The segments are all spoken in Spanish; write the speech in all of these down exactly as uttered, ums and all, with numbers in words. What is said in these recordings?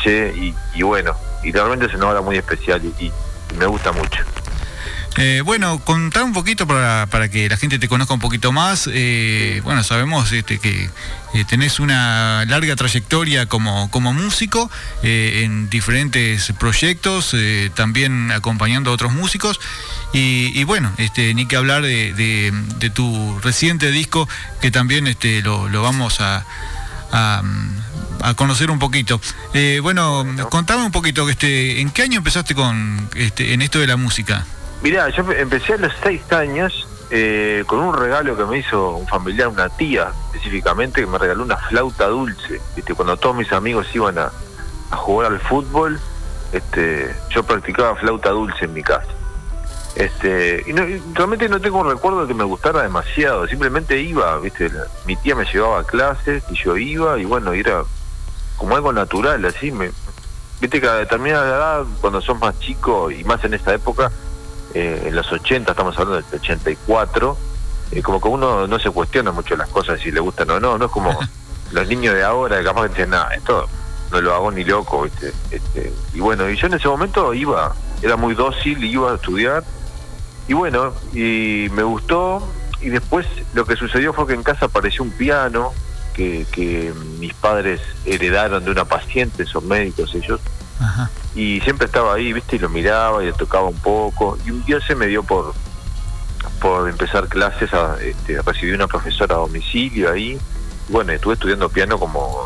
noche, y, y bueno, y realmente es una hora muy especial y, y me gusta mucho. Eh, bueno, contar un poquito para, para que la gente te conozca un poquito más. Eh, bueno, sabemos este, que eh, tenés una larga trayectoria como, como músico eh, en diferentes proyectos, eh, también acompañando a otros músicos. Y, y bueno, este, ni que hablar de, de, de tu reciente disco, que también este, lo, lo vamos a, a, a conocer un poquito. Eh, bueno, bueno, contame un poquito, este, ¿en qué año empezaste con este, en esto de la música? Mirá, yo empecé a los seis años eh, con un regalo que me hizo un familiar, una tía específicamente, que me regaló una flauta dulce. ¿Viste? Cuando todos mis amigos iban a, a jugar al fútbol, este, yo practicaba flauta dulce en mi casa. Este, y, no, y realmente no tengo un recuerdo de que me gustara demasiado, simplemente iba, ¿viste? La, mi tía me llevaba a clases y yo iba, y bueno, era como algo natural, así. Me, Viste que a determinada edad, cuando sos más chico, y más en esta época, Eh, en los ochenta, estamos hablando del ochenta y cuatro, eh, como que uno no se cuestiona mucho las cosas, si le gustan o no, no es como los niños de ahora, que capaz que dicen, nada, esto no lo hago ni loco, ¿viste? Este, y bueno, y yo en ese momento iba, era muy dócil, iba a estudiar, y bueno, y me gustó, y después lo que sucedió fue que en casa apareció un piano, que, que mis padres heredaron de una paciente, son médicos ellos. Ajá. Y siempre estaba ahí, ¿viste? Y lo miraba y le tocaba un poco. Y un día se me dio por por empezar clases, a, este, recibí una profesora a domicilio ahí. Y bueno, estuve estudiando piano como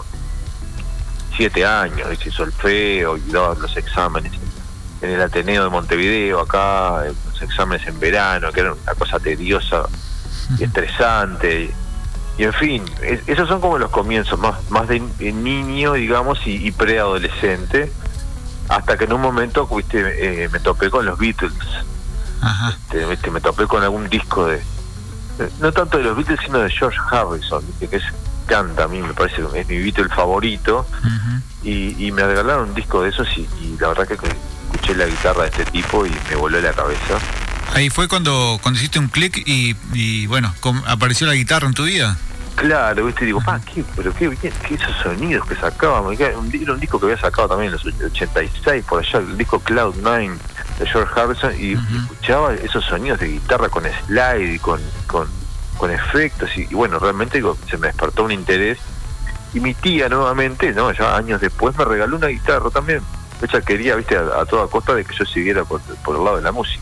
siete años, hice solfeo y daba los exámenes en el Ateneo de Montevideo, acá, los exámenes en verano, que era una cosa tediosa y estresante. Y, y en fin, es, esos son como los comienzos, más, más de, de niño, digamos, y, y preadolescente. Hasta que en un momento, viste, eh, me topé con los Beatles. Ajá. Este, viste, me topé con algún disco de, de, no tanto de los Beatles, sino de George Harrison, viste, que es, canta, a mí me parece que es mi Beatle favorito. Uh-huh. y, y me regalaron un disco de esos, y, y la verdad que escuché la guitarra de este tipo y me voló la cabeza. Ahí fue cuando, cuando hiciste un clic y, y bueno, apareció la guitarra en tu vida. Claro, viste, y digo, pa, ¿qué? ¿Pero qué, qué, qué esos sonidos que sacábamos? Era un, era un disco que había sacado también en los ochenta y seis, por allá, el disco Cloud Nine de George Harrison, y, uh-huh. y escuchaba esos sonidos de guitarra con slide y con, con, con efectos, y, y bueno, realmente digo, se me despertó un interés. Y mi tía nuevamente, no, ya años después, me regaló una guitarra también. Ella quería, viste, a, a toda costa de que yo siguiera por, por el lado de la música.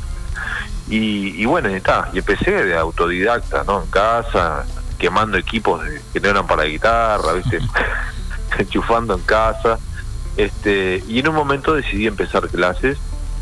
Y, y bueno, y, está, y empecé de autodidacta, ¿no? En casa, quemando equipos de, que no eran para guitarra, ¿viste? Enchufando en casa. Este, y en un momento decidí empezar clases.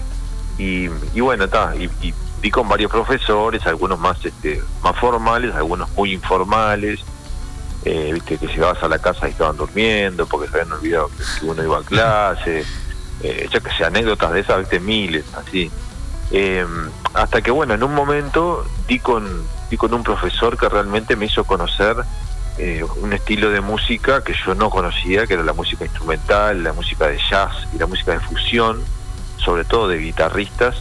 Y, y bueno, está, y, y vi con varios profesores, algunos más este, más formales, algunos muy informales. Eh, viste, que llegabas a la casa y estaban durmiendo porque se habían olvidado que, que uno iba a clase. Eh, ya que sé, anécdotas de esas, viste, miles, así. Eh, hasta que bueno, en un momento di con, di con un profesor que realmente me hizo conocer eh, un estilo de música que yo no conocía, que era la música instrumental, la música de jazz y la música de fusión, sobre todo de guitarristas.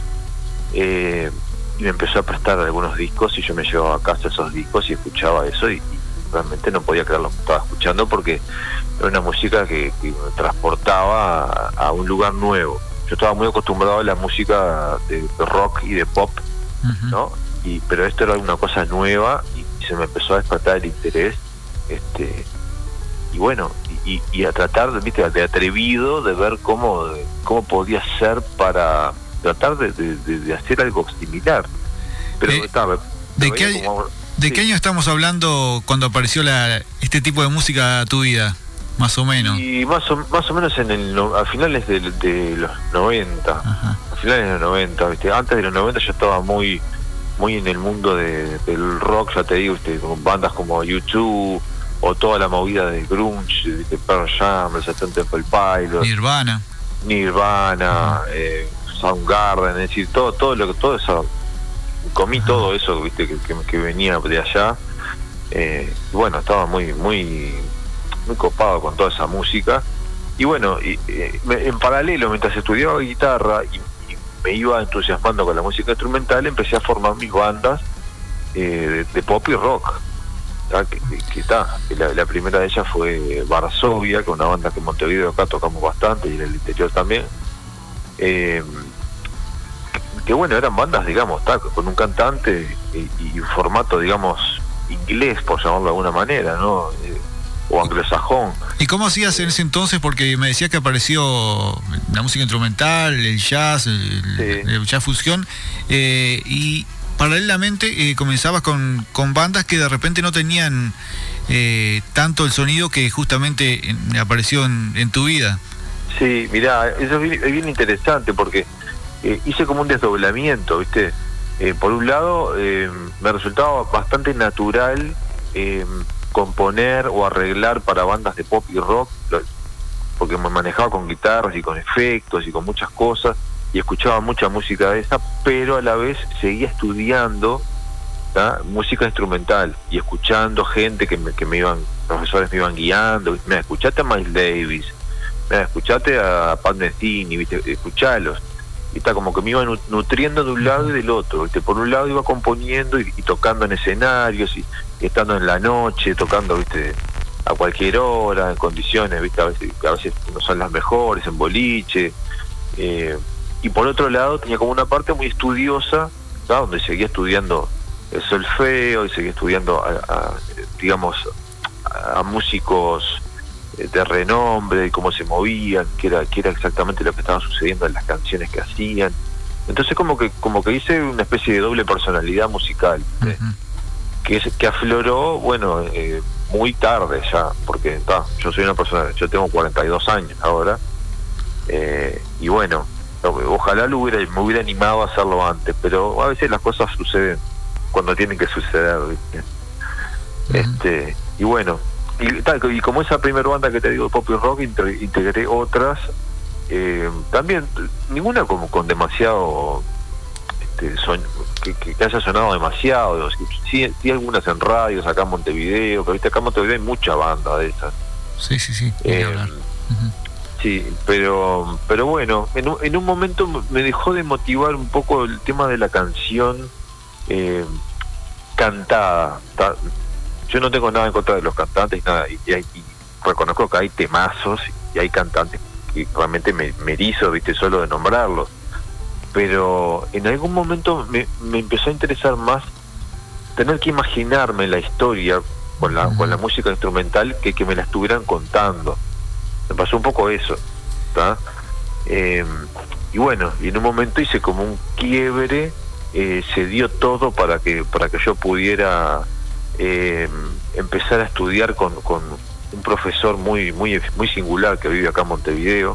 Eh, y me empezó a prestar algunos discos y yo me llevaba a casa esos discos y escuchaba eso, y, y realmente no podía creer lo que estaba escuchando, porque era una música que, que me transportaba a, a un lugar nuevo. Yo estaba muy acostumbrado a la música de, de rock y de pop, uh-huh. ¿no? Y, pero esto era una cosa nueva, y, y se me empezó a despertar el interés, este, y bueno, y, y a tratar, viste, de atrevido, de ver cómo, de, cómo podía ser para tratar de, de, de, de hacer algo similar. Pero eh, estaba, ¿de qué hay, como, ¿de sí. qué año estamos hablando cuando apareció la, este tipo de música a tu vida? Más o menos. Y más o, más o menos en el a finales de, de los noventa. Ajá. A finales de los noventa, ¿viste? Antes de los noventa yo estaba muy muy en el mundo de, del rock, ya te digo, ¿viste? Con bandas como U dos o toda la movida de grunge, ¿viste? Pearl Jam, el Temple Pilots, Nirvana. Nirvana, eh, Soundgarden, es decir, todo todo lo que todo eso comí. Ajá. Todo eso, ¿viste? Que, que, que venía de allá. Eh, bueno, estaba muy muy muy copado con toda esa música. Y bueno, y, eh, me, en paralelo, mientras estudiaba guitarra y, y me iba entusiasmando con la música instrumental, empecé a formar mis bandas eh, de, de pop y rock. ¿tá? que, que, que, tá, que la, la primera de ellas fue Varsovia, que es una banda que en Montevideo acá tocamos bastante, y en el interior también. Eh, que bueno, eran bandas, digamos, tá, con un cantante y, y un formato, digamos, inglés, por llamarlo de alguna manera, ¿no? Eh, o anglosajón. ¿Y cómo hacías en ese entonces? Porque me decía que apareció la música instrumental, el jazz, el, sí. el jazz fusión, eh, y paralelamente eh, comenzabas con, con bandas que de repente no tenían eh, tanto el sonido que justamente en, apareció en, en tu vida. Sí, mirá, eso es bien, es bien interesante porque eh, hice como un desdoblamiento, ¿viste? Eh, por un lado, eh, me resultaba bastante natural eh, componer o arreglar para bandas de pop y rock, porque me manejaba con guitarras y con efectos y con muchas cosas, y escuchaba mucha música de esa, pero a la vez seguía estudiando, ¿tá? música instrumental y escuchando gente que me, que me iban, profesores me iban guiando. Mira, escuchate a Miles Davis, mira, escuchate a Pat Metheny, ¿viste? Escuchalos. Y está como que me iba nutriendo de un lado y del otro, ¿viste? Por un lado iba componiendo y, y tocando en escenarios y, y estando en la noche, tocando, ¿viste? A cualquier hora, en condiciones, ¿viste? A veces, a veces no son las mejores, en boliche. Eh, y por otro lado tenía como una parte muy estudiosa, ¿tá? Donde seguía estudiando el solfeo y seguía estudiando, a, a, digamos, a, a músicos de renombre, de cómo se movían, que era, que era exactamente lo que estaba sucediendo en las canciones que hacían. Entonces como que como que hice una especie de doble personalidad musical, ¿eh? uh-huh. que es, que afloró, bueno, eh, muy tarde ya, porque ta, yo soy una persona, yo tengo cuarenta y dos años ahora, eh, y bueno, ojalá lo hubiera, me hubiera animado a hacerlo antes, pero a veces las cosas suceden cuando tienen que suceder, ¿viste? Uh-huh. Este, y bueno, Y, tal, y como esa primera banda que te digo de pop y rock, integré otras, eh, también ninguna como con demasiado este, son, que, que haya sonado demasiado. Sí, sí, algunas en radios acá en Montevideo, pero viste, acá en Montevideo hay mucha banda de esas. Sí, sí, sí. Eh, uh-huh. Sí, pero pero bueno, en un, en un momento me dejó de motivar un poco el tema de la canción eh, cantada. Ta, Yo no tengo nada en contra de los cantantes, nada, y, y, y reconozco que hay temazos y hay cantantes que realmente me, me erizo, viste, solo de nombrarlos. Pero en algún momento me, me empezó a interesar más tener que imaginarme la historia con la, uh-huh. con la música instrumental que que me la estuvieran contando. Me pasó un poco eso, ¿tá? Eh, y bueno, y en un momento hice como un quiebre, eh, se dio todo para que para que yo pudiera Eh, empezar a estudiar con, con un profesor muy muy muy singular que vive acá en Montevideo,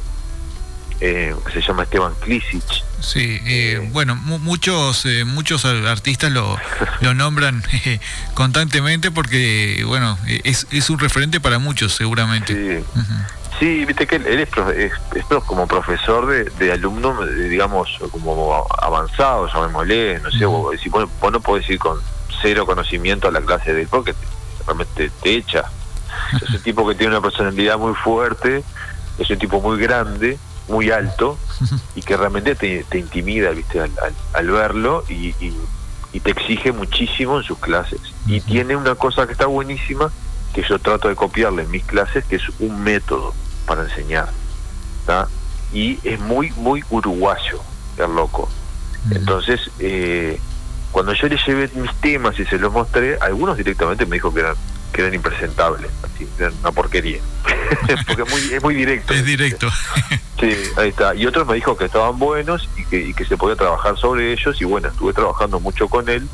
eh, que se llama Esteban Klisic. Sí, eh, eh, bueno, mu- muchos eh, muchos artistas lo, lo nombran eh, constantemente porque, bueno, es, es un referente para muchos seguramente. Sí, uh-huh. sí, viste que él, él es, profe, es, es como profesor de, de alumnos, digamos, como avanzados, llamémosle, no sé, uh-huh. vos, si vos, vos no podés ir con cero conocimiento a la clase de él porque te, realmente te echa. Es un tipo que tiene una personalidad muy fuerte, es un tipo muy grande, muy alto, y que realmente te, te intimida, viste, al, al, al verlo, y, y, y te exige muchísimo en sus clases. Y tiene una cosa que está buenísima, que yo trato de copiarle en mis clases, que es un método para enseñar, ¿tá? Y es muy, muy uruguayo, el loco. Entonces, eh, cuando yo le llevé mis temas y se los mostré, algunos directamente me dijo que eran, que eran impresentables, así, eran una porquería. Porque es muy, es muy directo. Es directo. Sí, ahí está. Y otros me dijo que estaban buenos y que, y que se podía trabajar sobre ellos, y bueno, estuve trabajando mucho con él.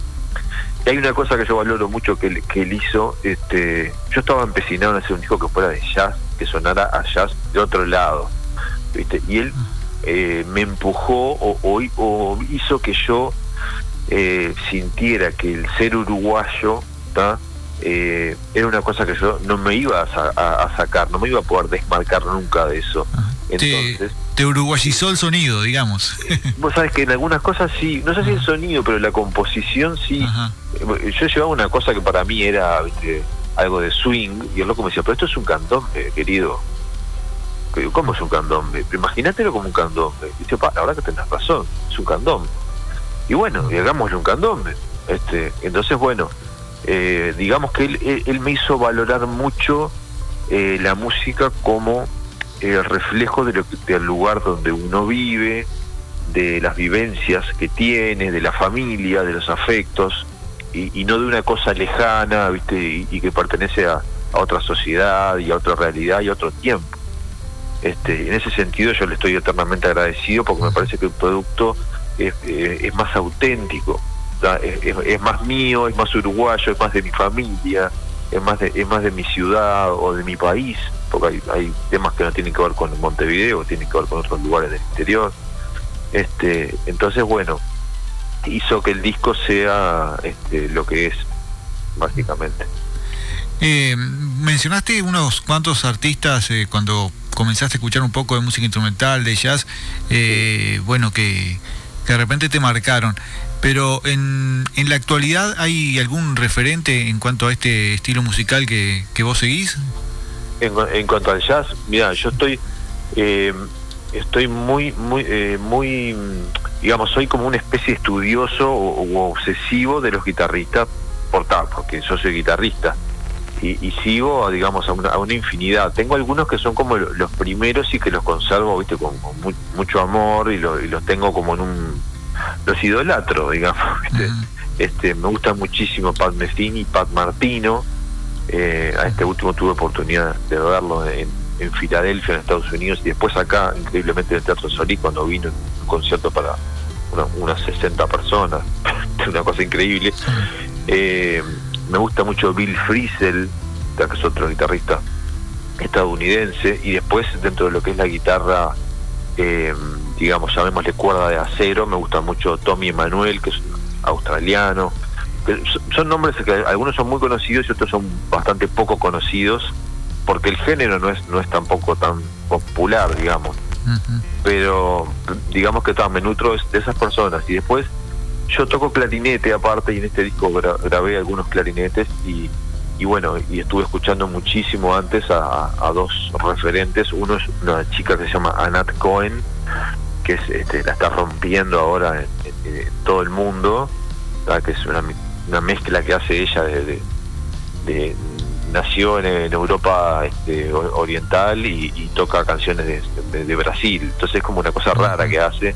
Y hay una cosa que yo valoro mucho que él, que él hizo, este, yo estaba empecinado en hacer un disco que fuera de jazz, que sonara a jazz de otro lado, ¿viste? Y él eh, me empujó o, o, o hizo que yo Eh, sintiera que el ser uruguayo, ¿tá? Eh, era una cosa que yo no me iba a, sa- a, a sacar, no me iba a poder desmarcar nunca de eso. Entonces, te, te uruguayizó el sonido, digamos. Vos sabés que en algunas cosas sí, no sé si el sonido, pero la composición sí. Ajá. Yo llevaba una cosa que para mí era, ¿viste?, algo de swing, y el loco me decía, pero esto es un candombe, querido. ¿Cómo es un candombe? Imagínatelo como un candombe. Y dice, pa, la verdad que tenés razón, es un candombe. Y bueno, y hagámosle un candombe. Este, entonces, bueno, eh, digamos que él, él, él me hizo valorar mucho eh, la música como el reflejo de lo que, del lugar donde uno vive, de las vivencias que tiene, de la familia, de los afectos, y, y no de una cosa lejana, ¿viste? Y, y que pertenece a, a otra sociedad y a otra realidad y a otro tiempo. Este, en ese sentido yo le estoy eternamente agradecido, porque me parece que el producto es, eh, es más auténtico, es, es, es más mío, es más uruguayo, es más de mi familia, es más de, es más de mi ciudad o de mi país, porque hay, hay temas que no tienen que ver con Montevideo, tienen que ver con otros lugares del interior. Este, entonces, bueno, hizo que el disco sea este, lo que es, básicamente. Eh, mencionaste unos cuantos artistas eh, cuando comenzaste a escuchar un poco de música instrumental, de jazz, eh, bueno, que, que de repente te marcaron. Pero en, en la actualidad, ¿hay algún referente en cuanto a este estilo musical que, que vos seguís? En, en cuanto al jazz, mira, yo estoy eh, estoy muy, muy, eh, muy, digamos, soy como una especie de estudioso o, o obsesivo de los guitarristas, por tal, porque yo soy guitarrista. Y, y sigo, digamos, a una, a una infinidad. Tengo algunos que son como los primeros y que los conservo, viste, con, con mu mucho amor y, lo, y los tengo como en un... los idolatro, digamos, ¿viste? Uh-huh. Este, me gusta muchísimo Pat Metheny y Pat Martino. Eh, a este último tuve oportunidad de verlo en, en Filadelfia, en Estados Unidos, y después acá, increíblemente, en el Teatro Solís, cuando vino en un concierto para una, unas sesenta personas. Una cosa increíble. Eh, me gusta mucho Bill Frisell, que es otro guitarrista estadounidense, y después dentro de lo que es la guitarra, eh, digamos, llamémosle cuerda de acero, me gusta mucho Tommy Emmanuel, que es un australiano. Que son nombres que algunos son muy conocidos y otros son bastante poco conocidos, porque el género no es no es tampoco tan popular, digamos. Uh-huh. Pero digamos que también me nutro de esas personas. Y después yo toco clarinete aparte, y en este disco gra grabé algunos clarinetes, y, y bueno, y estuve escuchando muchísimo antes a, a dos referentes. Uno es una chica que se llama Anat Cohen, que es, este, la está rompiendo ahora en, en, en todo el mundo, ¿verdad? Que es una, una mezcla que hace ella de, de, de nació en, en Europa este, oriental y, y toca canciones de, de, de Brasil, entonces es como una cosa rara que hace.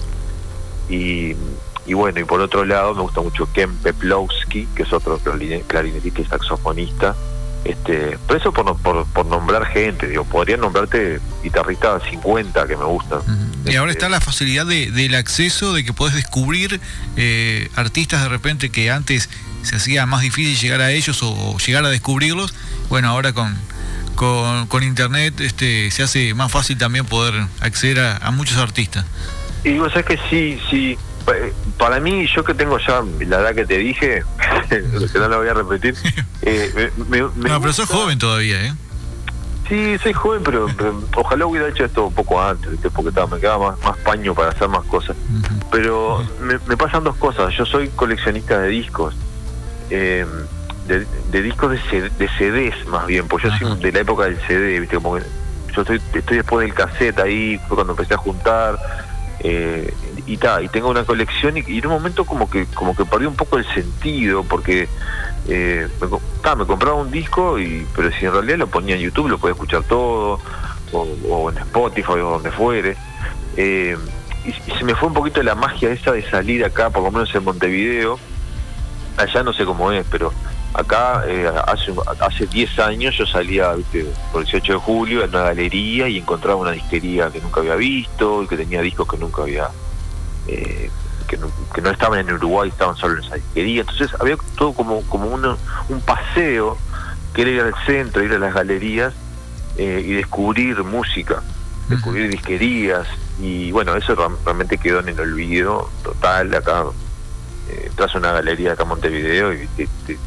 Y Y bueno, y por otro lado me gusta mucho Ken Peplowski, que es otro clarinetista y saxofonista. Este, por eso por, por, por nombrar gente, digo, podría nombrarte guitarristas cincuenta que me gustan. Uh-huh. Y ahora está la facilidad de, del acceso, de que podés descubrir eh, artistas de repente que antes se hacía más difícil llegar a ellos o, o llegar a descubrirlos. Bueno, ahora con, con, con internet este, se hace más fácil también poder acceder a, a muchos artistas. Y vos sabés que sí, sí. Para mí, yo que tengo ya la edad que te dije, que no la voy a repetir, eh, me, me no, pero sos joven todavía, ¿eh? Sí, soy joven, pero, pero ojalá hubiera hecho esto un poco antes, ¿viste? Porque tá, me quedaba más, más paño para hacer más cosas. Uh-huh. Pero me, me pasan dos cosas. Yo soy coleccionista de discos, eh, de, de discos de, C D, de C Ds más bien, pues yo uh-huh. soy de la época del C D, ¿viste? Como que yo estoy, estoy después del cassette ahí, fue cuando empecé a juntar. Eh, y ta, y tengo una colección y, y en un momento como que como que perdí un poco el sentido, porque eh, me, ta, me compraba un disco, y pero si en realidad lo ponía en YouTube lo podía escuchar todo, o, o en Spotify o donde fuere, eh, y, y se me fue un poquito la magia esa de salir acá, por lo menos en Montevideo. Allá no sé cómo es, pero acá eh, hace hace diez años yo salía, ¿viste?, por el dieciocho de julio en una galería y encontraba una disquería que nunca había visto y que tenía discos que nunca había eh, que, no, que no estaban en Uruguay, estaban solo en esa disquería. Entonces había todo como como uno, un paseo que era ir al centro, ir a las galerías eh, y descubrir música, descubrir disquerías, y bueno, eso realmente quedó en el olvido total. Acá eh, tras una galería acá en Montevideo y te, te,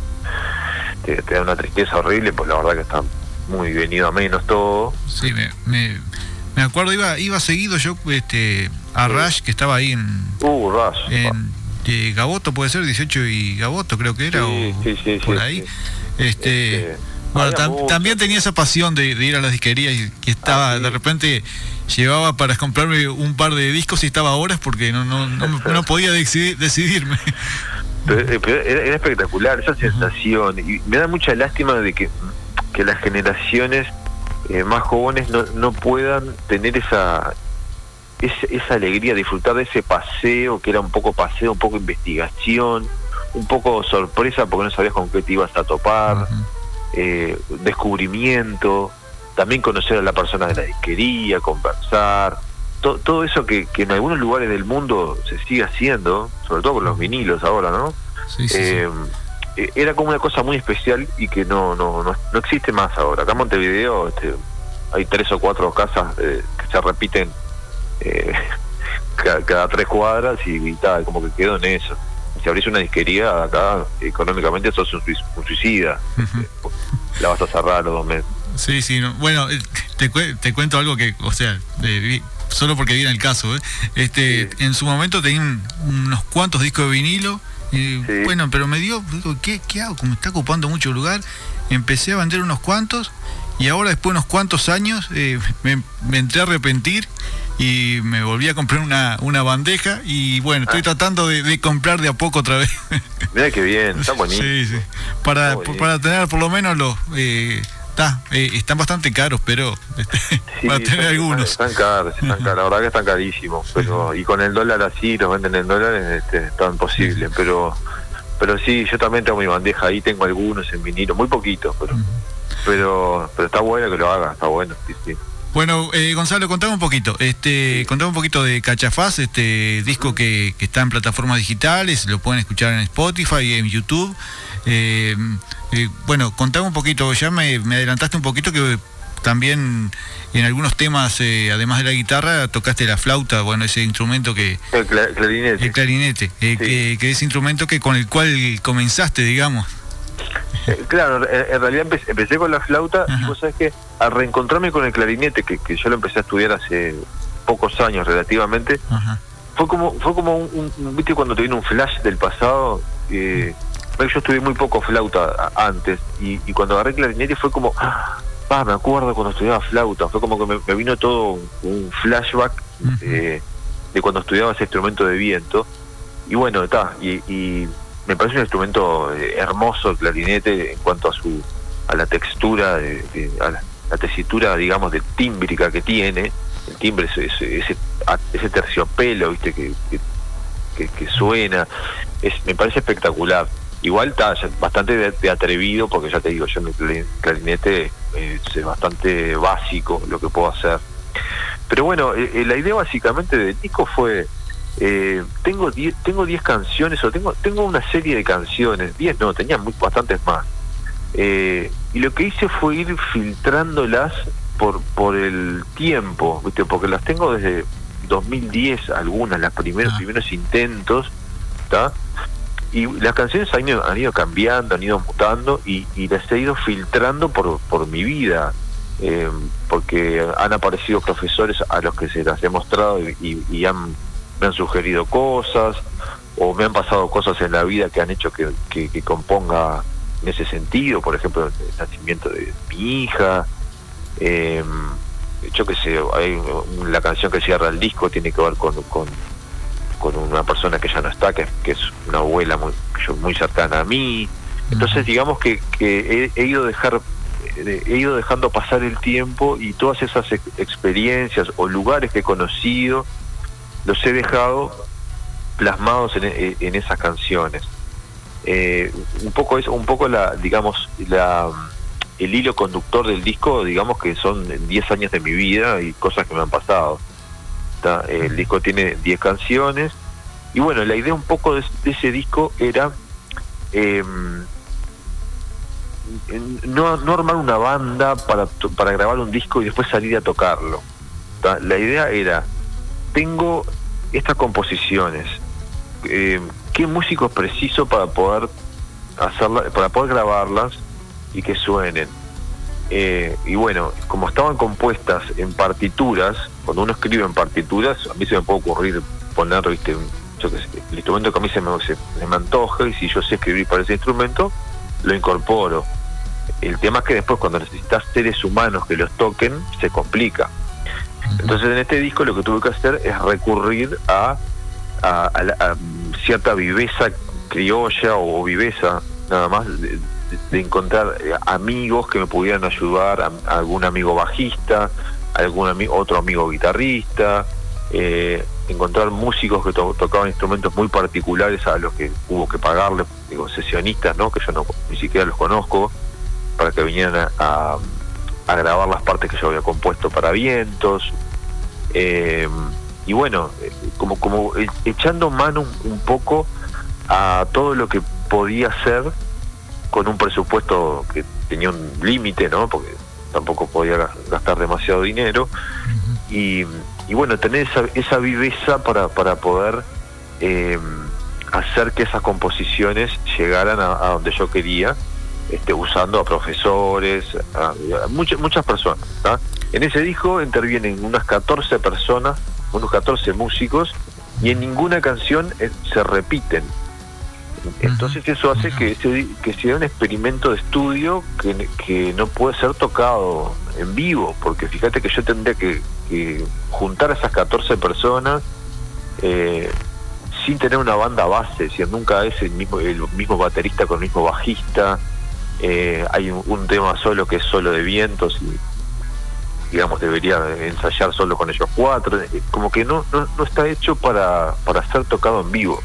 te, te da una tristeza horrible, pues la verdad que está muy venido a menos todo. Sí, me, me, me acuerdo, iba iba seguido yo este a sí. Rush, que estaba ahí en uh, Rush, en eh, Gaboto, puede ser dieciocho y Gaboto creo que era, sí, o sí, sí, por sí, ahí sí. este, este bueno, tam, también tenía esa pasión de, de ir a las disquerías, y que estaba, ah, sí. de repente llevaba para comprarme un par de discos y estaba horas porque no no no, no podía decidir, decidirme. Pero, pero era, era espectacular esa sensación, y me da mucha lástima de que, que las generaciones eh, más jóvenes no, no puedan tener esa, esa esa alegría, disfrutar de ese paseo, que era un poco paseo, un poco investigación, un poco sorpresa porque no sabías con qué te ibas a topar, uh-huh. eh, descubrimiento, también conocer a la persona de la disquería, conversar, to, todo eso que, que en algunos lugares del mundo se sigue haciendo, sobre todo con los vinilos ahora, ¿no? Sí, sí, eh, sí. Era como una cosa muy especial y que no no no, no existe más ahora. Acá en Montevideo este, hay tres o cuatro casas eh, que se repiten eh, cada, cada tres cuadras y, y tal, como que quedó en eso. Si abrís una disquería acá, económicamente sos un, un suicida. Uh-huh. La vas a cerrar a los dos meses. Sí, sí. No. Bueno, te, te cuento algo que, o sea, eh, solo porque viene el caso. ¿eh? Este, sí. En su momento tenía un, unos cuantos discos de vinilo. Y, sí. Bueno, pero me dio, digo, ¿qué, ¿qué hago? Como está ocupando mucho lugar, empecé a vender unos cuantos y ahora después de unos cuantos años eh, me, me entré a arrepentir y me volví a comprar una, una bandeja y bueno, estoy ah. tratando de, de comprar de a poco otra vez. Mira qué bien, está bonito. Sí, sí. Para, bonito. para tener por lo menos los... Eh, está, eh, están bastante caros, pero este, sí, para tener están, algunos. Están caros, están caros, la verdad que están carísimos, pero y con el dólar así, los venden en dólares, este, están posibles, sí. pero pero sí, yo también tengo mi bandeja ahí, tengo algunos en vinilo, muy poquitos, pero uh-huh. pero pero está bueno que lo haga, está bueno, sí, sí. Bueno, eh, Gonzalo, contame un poquito, este, contame un poquito de Cachafaz, este disco que, que está en plataformas digitales, lo pueden escuchar en Spotify y en YouTube. Eh, eh, bueno, contame un poquito, ya me, me adelantaste un poquito que también en algunos temas, eh, además de la guitarra, tocaste la flauta, bueno, ese instrumento que... El cl- clarinete. El clarinete, eh, sí. que, que ese instrumento que con el cual comenzaste, digamos. Eh, claro, en, en realidad empecé, empecé con la flauta. Ajá. Y vos sabés que al reencontrarme con el clarinete, que, que yo lo empecé a estudiar hace pocos años relativamente, Ajá. fue como fue como un, un, viste cuando te viene un flash del pasado. eh, yo estudié muy poco flauta antes y, y cuando agarré el clarinete fue como ah, me acuerdo cuando estudiaba flauta, fue como que me, me vino todo un, un flashback eh, de cuando estudiaba ese instrumento de viento. Y bueno, está, y, y me parece un instrumento eh, hermoso el clarinete en cuanto a su a la textura, de, de, a la, la tesitura, digamos, de tímbrica que tiene, el timbre, ese, ese, ese terciopelo, viste, que, que, que, que suena, es, me parece espectacular. Igual está bastante de, de atrevido, porque ya te digo, yo en el clarinete eh, es bastante básico lo que puedo hacer. Pero bueno, eh, la idea básicamente del disco fue... Eh, tengo diez tengo diez canciones, o tengo tengo una serie de canciones, diez no, tenía muy, bastantes más. Eh, y lo que hice fue ir filtrándolas por por el tiempo, ¿viste? Porque las tengo desde dos mil diez, algunas, los primeros, primeros intentos, ¿tá? Y las canciones han ido, han ido cambiando, han ido mutando, y, y las he ido filtrando por, por mi vida. Eh, porque han aparecido profesores a los que se las he mostrado y, y, y han me han sugerido cosas, o me han pasado cosas en la vida que han hecho que, que, que componga en ese sentido. Por ejemplo, el nacimiento de mi hija, eh, yo qué sé, hay la canción que cierra el disco tiene que ver con, con, con una persona que ya no está, que, que es una abuela muy, muy cercana a mí. Entonces digamos que, que he, he ido dejar he ido dejando pasar el tiempo, y todas esas ex- experiencias o lugares que he conocido los he dejado plasmados en, en esas canciones. Eh, un poco es un poco la, digamos, la el hilo conductor del disco, digamos que son diez años de mi vida y cosas que me han pasado. ¿Tá? El disco tiene diez canciones, y bueno, la idea un poco de, de ese disco era eh, no, no armar una banda para, para grabar un disco y después salir a tocarlo. ¿Tá? La idea era: tengo estas composiciones, eh, ¿qué músico es preciso para poder hacerla, para poder grabarlas y que suenen? Eh, y bueno, como estaban compuestas en partituras, cuando uno escribe en partituras, a mí se me puede ocurrir poner, viste, yo qué sé, el instrumento que a mí se me, se, se me antoja, y si yo sé escribir para ese instrumento, lo incorporo. El tema es que después, cuando necesitas seres humanos que los toquen, se complica. Entonces en este disco lo que tuve que hacer es recurrir a, a, a, la, a cierta viveza criolla o, o viveza, nada más, de, de encontrar amigos que me pudieran ayudar, a, a algún amigo bajista, algún ami otro amigo guitarrista, eh, encontrar músicos que to tocaban instrumentos muy particulares a los que hubo que pagarle, digo, sesionistas, ¿no? Que yo no ni siquiera los conozco, para que vinieran a, a, a grabar las partes que yo había compuesto para vientos, eh, y bueno, como, como echando mano un, un poco a todo lo que podía hacer con un presupuesto que tenía un límite, ¿no? Porque tampoco podía gastar demasiado dinero, uh-huh. y, y bueno, tener esa, esa viveza para, para poder eh, hacer que esas composiciones llegaran a, a donde yo quería, este, usando a profesores, a, a muchas, muchas personas, ¿tá? En ese disco intervienen unas catorce personas, unos catorce músicos, y en ninguna canción eh, se repiten. Entonces eso hace que se, que sea un experimento de estudio que, que no puede ser tocado en vivo, porque fíjate que yo tendría que, que juntar a esas catorce personas eh, sin tener una banda base, es decir, nunca es el mismo, el mismo baterista con el mismo bajista, eh, hay un, un tema solo que es solo de vientos y digamos debería ensayar solo con ellos cuatro, como que no, no, no está hecho para, para ser tocado en vivo.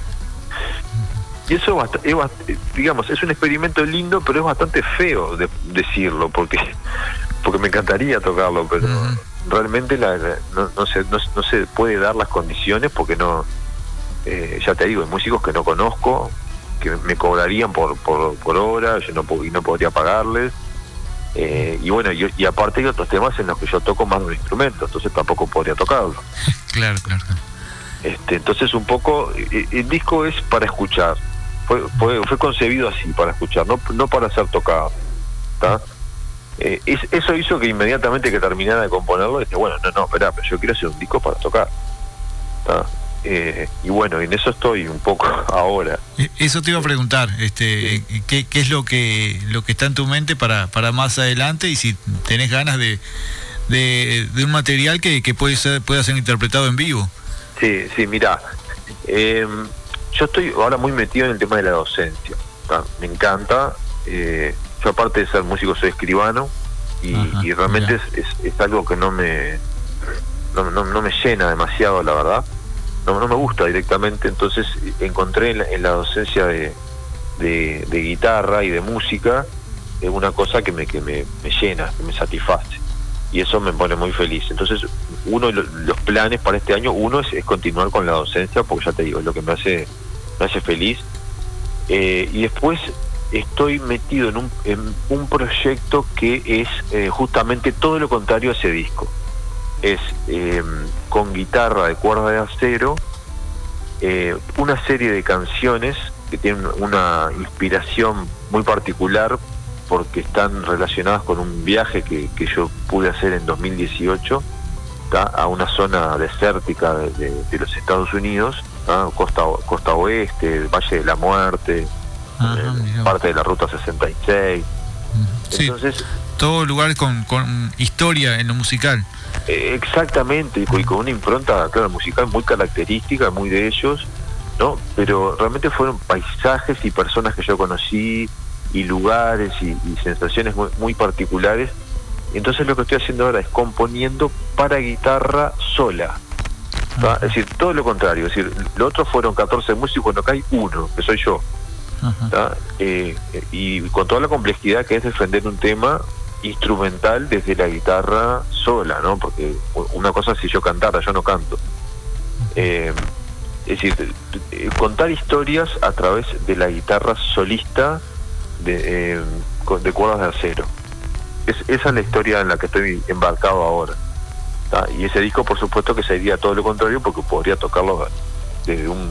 Y eso es, es, digamos, es un experimento lindo, pero es bastante feo de decirlo, porque porque me encantaría tocarlo, pero uh-huh. realmente la, la, no, no, se, no, no se puede dar las condiciones, porque no, eh, ya te digo, hay músicos que no conozco, que me cobrarían por, por, por hora, yo no, y no podría pagarles, eh, y bueno, y, y aparte hay otros temas en los que yo toco más de un instrumento, entonces tampoco podría tocarlo. Claro, claro. Este, entonces un poco, el, el disco es para escuchar. Fue, fue, fue concebido así, para escuchar, no, no para ser tocado, ¿tá? Eh, es, eso hizo que inmediatamente que terminara de componerlo, dije, bueno, no, no, espera, pero yo quiero hacer un disco para tocar, ¿tá? Eh, y bueno, en eso estoy un poco ahora. Eso te iba a preguntar, este, sí. ¿qué, qué es lo que lo que está en tu mente para, para más adelante, y si tenés ganas de, de, de un material que, que puede ser, pueda ser interpretado en vivo? Sí, sí, mirá, eh, yo estoy ahora muy metido en el tema de la docencia, ¿tá? Me encanta, eh, yo aparte de ser músico soy escribano, y, Ajá, y realmente es, es, es algo que no me no, no, no me llena demasiado, la verdad, no, no me gusta directamente, entonces encontré en la, en la docencia de, de, de guitarra y de música eh, una cosa que me, que me, me llena, que me satisface, y eso me pone muy feliz. Entonces uno de los planes para este año, uno es, es continuar con la docencia, porque ya te digo, es lo que me hace me hace feliz, eh, y después estoy metido en un, en un proyecto que es eh, justamente todo lo contrario a ese disco. Es eh, con guitarra de cuerda de acero, eh, una serie de canciones que tienen una inspiración muy particular, porque están relacionadas con un viaje que, que yo pude hacer en dos mil dieciocho, ¿tá? A una zona desértica de, de, de los Estados Unidos, ¿tá? costa, costa oeste, el Valle de la Muerte, Ajá, eh, parte de la Ruta sesenta y seis. Sí, entonces, todo lugar con, con historia en lo musical. Eh, exactamente, y con una impronta, claro, musical muy característica, muy de ellos, ¿no? Pero realmente fueron paisajes y personas que yo conocí, y lugares y, y sensaciones muy, muy particulares. Entonces lo que estoy haciendo ahora es componiendo para guitarra sola, ¿tá? Es decir, todo lo contrario, es decir, lo otro fueron catorce músicos, no, acá hay uno, que soy yo, ¿tá? Eh, y con toda la complejidad que es defender un tema instrumental desde la guitarra sola, ¿no? Porque una cosa es si yo cantara, yo no canto. Eh, es decir, contar historias a través de la guitarra solista de, eh, de cuerdas de acero. Es, esa es la historia en la que estoy embarcado ahora, ¿tá? Y ese disco, por supuesto, que sería todo lo contrario, porque podría tocarlo desde un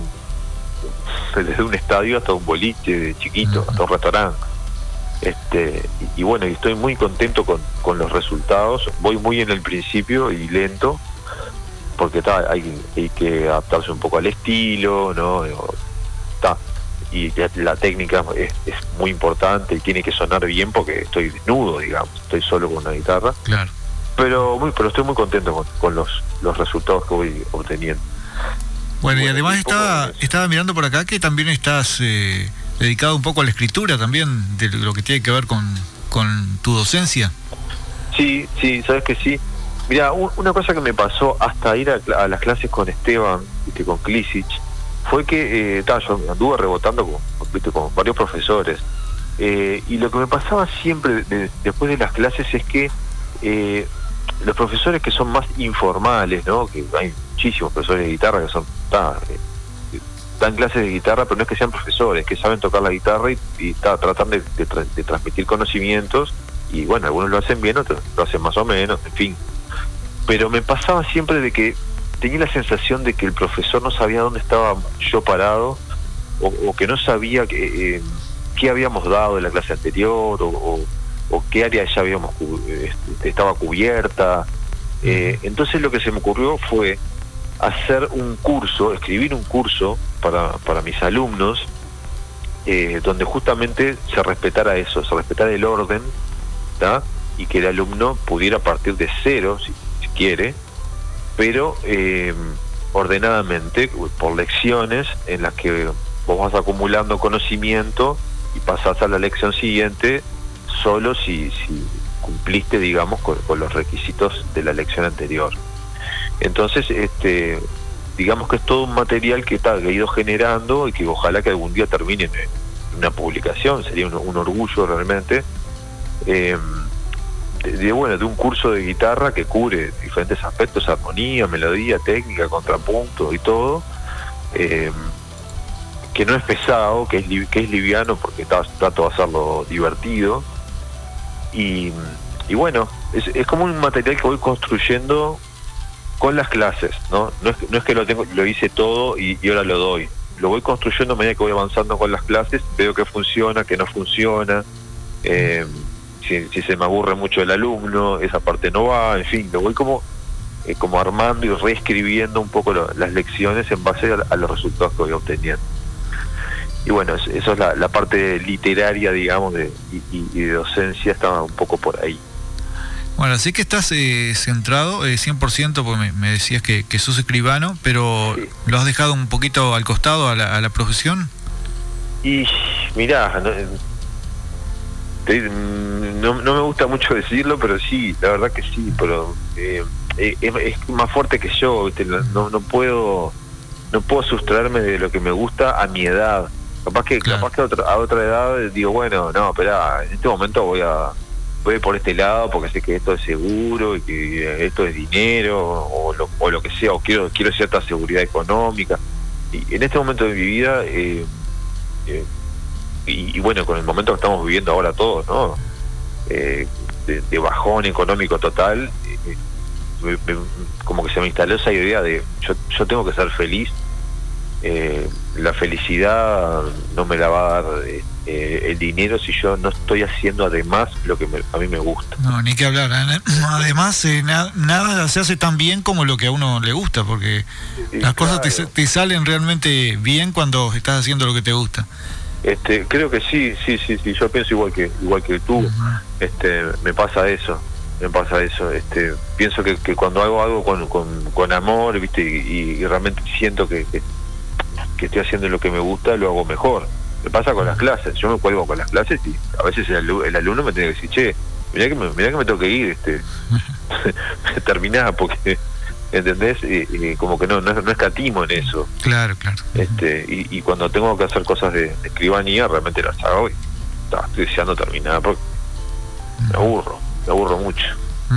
desde un estadio hasta un boliche de chiquito, hasta un restaurante. Este, y, y bueno, y estoy muy contento con, con los resultados. Voy muy en el principio y lento, porque tá, hay, hay que adaptarse un poco al estilo, ¿no? Tá, y la, la técnica es, es muy importante y tiene que sonar bien, porque estoy desnudo, digamos, estoy solo con una guitarra. Claro. Pero muy, pero estoy muy contento con, con los, los resultados que voy obteniendo. Bueno, y además estaba, estaba mirando por acá que también estás eh, dedicado un poco a la escritura también, de lo que tiene que ver con, con tu docencia. Sí, sí, sabes que sí. Mira, un, una cosa que me pasó hasta ir a, a las clases con Esteban, ¿viste? Con Klisic, fue que eh, ta, yo anduve rebotando con, ¿viste? Con varios profesores. Eh, y lo que me pasaba siempre de, de, después de las clases es que eh, los profesores que son más informales, ¿no? Que hay muchísimos profesores de guitarra que son ta, eh, dan clases de guitarra, pero no es que sean profesores, que saben tocar la guitarra y, y ta, tratan de, de, tra de transmitir conocimientos, y bueno, algunos lo hacen bien, otros lo hacen más o menos, en fin. Pero me pasaba siempre de que tenía la sensación de que el profesor no sabía dónde estaba yo parado, o, o que no sabía que, eh, qué habíamos dado en la clase anterior, o, o, o qué área ya habíamos este, estaba cubierta. Eh, entonces lo que se me ocurrió fue hacer un curso, escribir un curso para, para mis alumnos, eh, donde justamente se respetara eso, se respetara el orden, ¿tá? Y que el alumno pudiera partir de cero, si, si quiere, pero eh, ordenadamente, por lecciones en las que vos vas acumulando conocimiento y pasás a la lección siguiente solo si, si cumpliste, digamos, con, con los requisitos de la lección anterior. Entonces, este, digamos que es todo un material que, está, que he ido generando y que ojalá que algún día termine en una publicación, sería un, un orgullo realmente. Eh, De, de, bueno, de un curso de guitarra que cubre diferentes aspectos, armonía, melodía, técnica, contrapunto y todo, eh, que no es pesado, que es, li que es liviano, porque trato de hacerlo divertido, y, y bueno, es, es como un material que voy construyendo con las clases, ¿no? No es, no es que lo tengo, lo hice todo y, y ahora lo doy, lo voy construyendo a medida que voy avanzando con las clases, veo que funciona, que no funciona, eh, Si, si se me aburre mucho el alumno, esa parte no va, en fin, lo voy como eh, como armando y reescribiendo un poco lo, las lecciones en base a, a los resultados que voy obteniendo. Y bueno, eso, eso es la, la parte literaria, digamos, de, y, y de docencia, estaba un poco por ahí. Bueno, así que estás eh, centrado eh, cien por ciento, porque me, me decías que, que sos escribano, pero sí. ¿Lo has dejado un poquito al costado a la, a la profesión? Y mirá, no, No, no me gusta mucho decirlo, pero sí, la verdad que sí, pero eh, es, es más fuerte que yo, ¿viste? No, no puedo no puedo sustraerme de lo que me gusta a mi edad. Capaz que claro. capaz que a otra, a otra edad digo, bueno, no, espera, en este momento voy a voy por este lado porque sé que esto es seguro y que esto es dinero o lo, o lo que sea, o quiero quiero cierta seguridad económica. Y en este momento de mi vida eh, eh, Y, y bueno, con el momento que estamos viviendo ahora todos, ¿no? Eh, de, de bajón económico total, eh, me, me, como que se me instaló esa idea de yo, yo tengo que ser feliz, eh, la felicidad no me la va a dar eh, el dinero si yo no estoy haciendo además lo que me, a mí me gusta. No, ni que hablar, ¿eh? Además eh, na, nada se hace tan bien como lo que a uno le gusta, porque sí, las claro. cosas te, te salen realmente bien cuando estás haciendo lo que te gusta. Este, creo que sí, sí, sí, sí, yo pienso igual que igual que tú. Uh-huh. Este, me pasa eso, me pasa eso. Este, pienso que, que cuando hago algo con, con, con amor, viste, y, y realmente siento que, que, que estoy haciendo lo que me gusta, lo hago mejor. Me pasa con las clases, yo me cuelgo con las clases y a veces el, el alumno me tiene que decir, che, mirá que me, mirá que me tengo que ir, este, terminada porque ¿entendés? Y, y como que no, no, no escatimo en eso. Claro, claro. Este, y, y cuando tengo que hacer cosas de, de escribanía, realmente las hago y tá, estoy deseando terminar porque me aburro, me aburro mucho.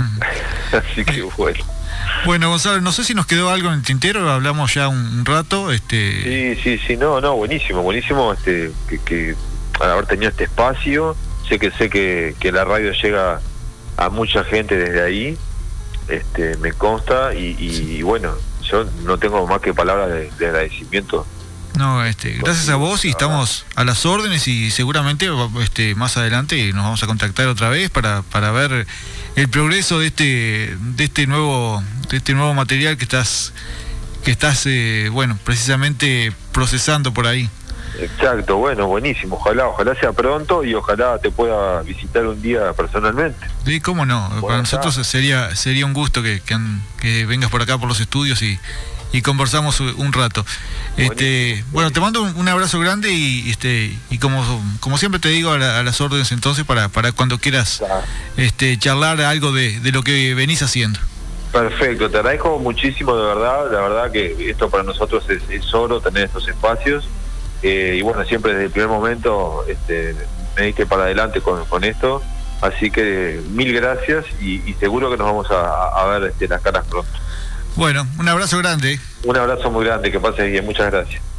Así que bueno. Bueno, Gonzalo, no sé si nos quedó algo en el tintero, hablamos ya un, un rato. este Sí, sí, sí, no, no, buenísimo, buenísimo este que, que al haber tenido este espacio, sé que sé que, que la radio llega a mucha gente desde ahí. Este, me consta y, y bueno, yo no tengo más que palabras de, de agradecimiento. No, este, gracias a vos y estamos a las órdenes y seguramente este, más adelante nos vamos a contactar otra vez para, para ver el progreso de este de este nuevo de este nuevo material que estás que estás eh, bueno, precisamente procesando por ahí. Exacto, bueno, buenísimo, ojalá, ojalá sea pronto y ojalá te pueda visitar un día personalmente. Sí, cómo no, bueno, para nosotros sería sería un gusto que, que, que vengas por acá por los estudios y, y conversamos un rato. Este, bueno, te mando un, un abrazo grande y este y como como siempre te digo, a, la, a las órdenes entonces para para cuando quieras este charlar algo de, de lo que venís haciendo. Perfecto, te agradezco muchísimo, de verdad, la verdad que esto para nosotros es, es oro tener estos espacios, eh, y bueno, siempre desde el primer momento este, me diste para adelante con, con esto, así que mil gracias y, y seguro que nos vamos a, a ver este, las caras pronto. Bueno, un abrazo grande. Un abrazo muy grande, que pases bien, muchas gracias.